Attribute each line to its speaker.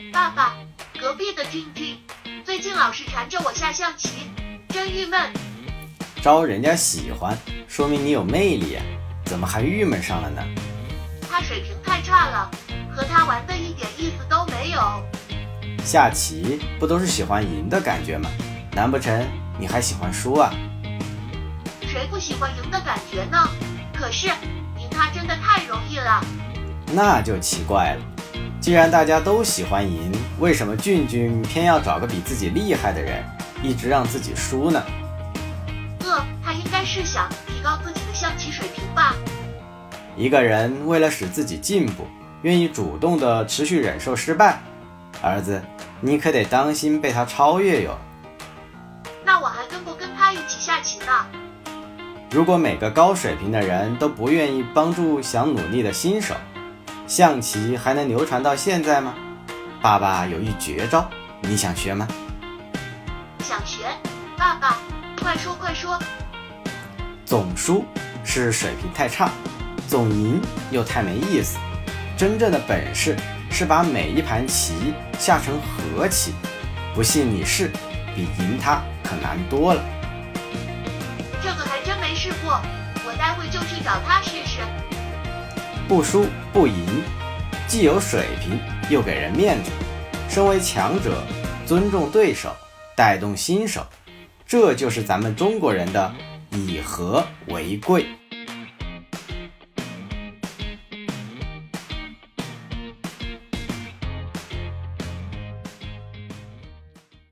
Speaker 1: 爸爸，隔壁的俊俊最近老是缠着我下象棋，真郁闷。
Speaker 2: 招人家喜欢，说明你有魅力呀，怎么还郁闷上了呢？
Speaker 1: 他水平太差了，和他玩的一点意思都没有。
Speaker 2: 下棋不都是喜欢赢的感觉吗？难不成你还喜欢输啊？
Speaker 1: 谁不喜欢赢的感觉呢？可是赢他真的太容易了。
Speaker 2: 那就奇怪了，既然大家都喜欢赢，为什么俊俊偏要找个比自己厉害的人，一直让自己输呢？
Speaker 1: 他应该是想提高自己的象棋水平吧。
Speaker 2: 一个人为了使自己进步，愿意主动的持续忍受失败，儿子，你可得当心被他超越哟。
Speaker 1: 那我还跟不跟他一起下棋呢？
Speaker 2: 如果每个高水平的人都不愿意帮助想努力的新手，象棋还能流传到现在吗？爸爸有一绝招，你想学吗？
Speaker 1: 想学，爸爸，快说快说。
Speaker 2: 总输是水平太差，总赢又太没意思。真正的本事是把每一盘棋下成和棋，不信你试，比赢他可难多了。
Speaker 1: 这个还真没试过，我待会就去找他试试。
Speaker 2: 不输不赢，既有水平又给人面子。身为强者，尊重对手，带动新手，这就是咱们中国人的以和为贵。